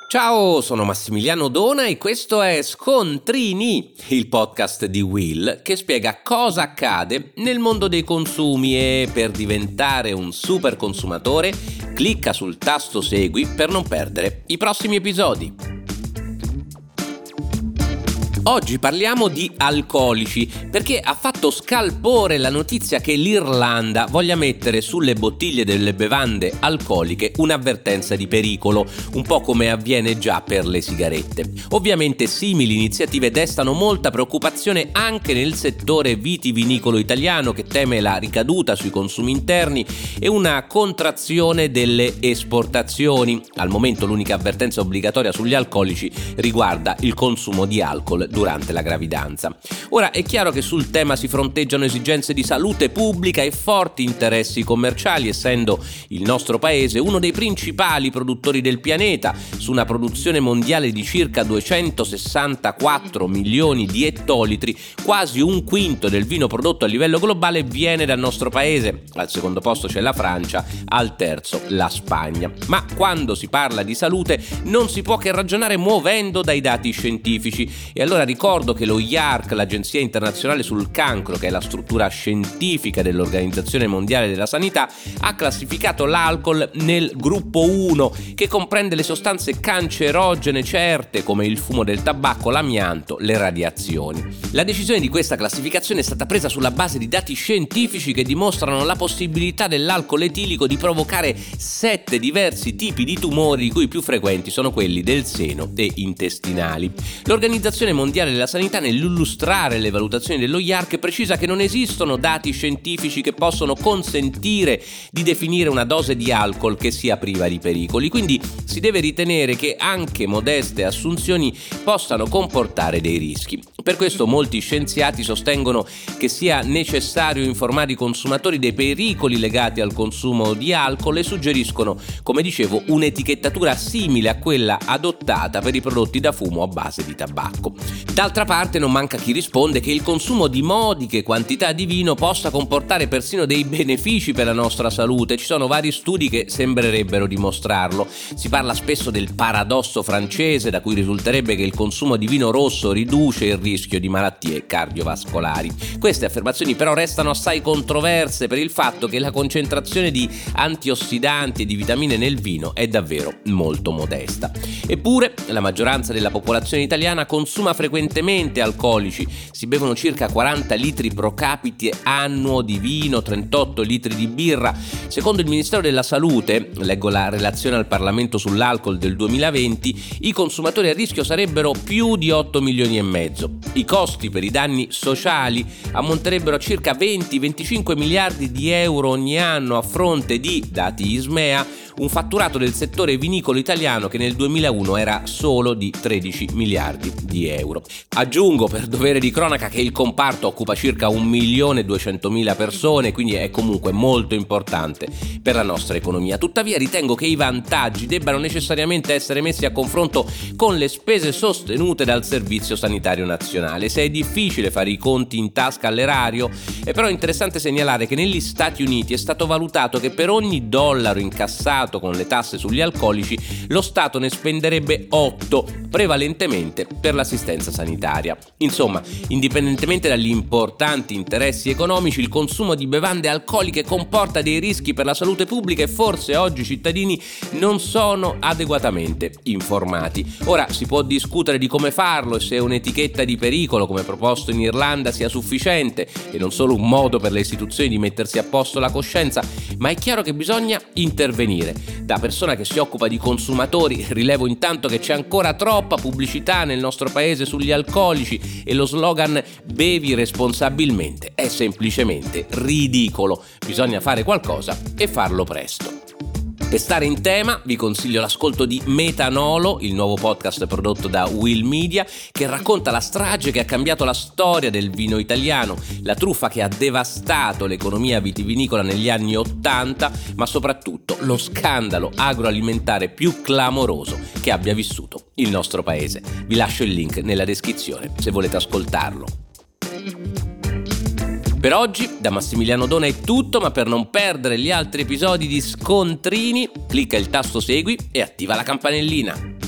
Ciao, sono Massimiliano Dona e questo è Scontrini, il podcast di Will che spiega cosa accade nel mondo dei consumi e per diventare un super consumatore clicca sul tasto segui per non perdere i prossimi episodi. Oggi parliamo di alcolici perché ha fatto scalpore la notizia che l'Irlanda voglia mettere sulle bottiglie delle bevande alcoliche un'avvertenza di pericolo, un po' come avviene già per le sigarette. Ovviamente simili iniziative destano molta preoccupazione anche nel settore vitivinicolo italiano che teme la ricaduta sui consumi interni e una contrazione delle esportazioni. Al momento l'unica avvertenza obbligatoria sugli alcolici riguarda il consumo di alcol durante la gravidanza. Ora è chiaro che sul tema si fronteggiano esigenze di salute pubblica e forti interessi commerciali, essendo il nostro paese uno dei principali produttori del pianeta, su una produzione mondiale di circa 264 milioni di ettolitri, quasi un quinto del vino prodotto a livello globale viene dal nostro paese, al secondo posto c'è la Francia, al terzo la Spagna. Ma quando si parla di salute non si può che ragionare muovendo dai dati scientifici, e allora ricordo che lo IARC, l'Agenzia Internazionale sul Cancro, che è la struttura scientifica dell'Organizzazione Mondiale della Sanità, ha classificato l'alcol nel gruppo 1, che comprende le sostanze cancerogene certe come il fumo del tabacco, l'amianto, le radiazioni. La decisione di questa classificazione è stata presa sulla base di dati scientifici che dimostrano la possibilità dell'alcol etilico di provocare 7 diversi tipi di tumori, i cui più frequenti sono quelli del seno e intestinali. L'Organizzazione Mondiale della Sanità, nell'illustrare le valutazioni dello IARC, precisa che non esistono dati scientifici che possono consentire di definire una dose di alcol che sia priva di pericoli, quindi si deve ritenere che anche modeste assunzioni possano comportare dei rischi. Per questo molti scienziati sostengono che sia necessario informare i consumatori dei pericoli legati al consumo di alcol e suggeriscono, come dicevo, un'etichettatura simile a quella adottata per i prodotti da fumo a base di tabacco. D'altra parte non manca chi risponde che il consumo di modiche quantità di vino possa comportare persino dei benefici per la nostra salute. Ci sono vari studi che sembrerebbero dimostrarlo. Si parla spesso del paradosso francese, da cui risulterebbe che il consumo di vino rosso riduce il rischio di malattie cardiovascolari. Queste affermazioni però restano assai controverse per il fatto che la concentrazione di antiossidanti e di vitamine nel vino è davvero molto modesta. Eppure la maggioranza della popolazione italiana consuma frequentemente alcolici, si bevono circa 40 litri pro capite annuo di vino, 38 litri di birra. Secondo il Ministero della Salute, leggo la relazione al Parlamento sull'alcol del 2020, i consumatori a rischio sarebbero più di 8 milioni e mezzo. I costi per i danni sociali ammonterebbero a circa 20-25 miliardi di euro ogni anno, a fronte di, dati Ismea, un fatturato del settore vinicolo italiano che nel 2001 era solo di 13 miliardi di euro. Aggiungo per dovere di cronaca che il comparto occupa circa 1.200.000 persone, quindi è comunque molto importante per la nostra economia. Tuttavia ritengo che i vantaggi debbano necessariamente essere messi a confronto con le spese sostenute dal Servizio Sanitario Nazionale. Se è difficile fare i conti in tasca all'erario, è però interessante segnalare che negli Stati Uniti è stato valutato che per ogni dollaro incassato con le tasse sugli alcolici lo Stato ne spenderebbe 8, prevalentemente per l'assistenza sanitaria. Insomma, indipendentemente dagli importanti interessi economici, il consumo di bevande alcoliche comporta dei rischi per la salute pubblica e forse oggi i cittadini non sono adeguatamente informati. Ora si può discutere di come farlo e se un'etichetta di pericolo come proposto in Irlanda sia sufficiente e non solo un modo per le istituzioni di mettersi a posto la coscienza, ma è chiaro che bisogna intervenire. Da persona che si occupa di consumatori rilevo intanto che c'è ancora troppa pubblicità nel nostro paese sugli alcolici e lo slogan "bevi responsabilmente" è semplicemente ridicolo. Bisogna fare qualcosa e farlo presto. Per stare in tema vi consiglio l'ascolto di Metanolo, il nuovo podcast prodotto da Will Media, che racconta la strage che ha cambiato la storia del vino italiano, la truffa che ha devastato l'economia vitivinicola negli anni '80, ma soprattutto lo scandalo agroalimentare più clamoroso che abbia vissuto il nostro paese. Vi lascio il link nella descrizione se volete ascoltarlo. Per oggi da Massimiliano Dona è tutto, ma per non perdere gli altri episodi di Scontrini, clicca il tasto segui e attiva la campanellina.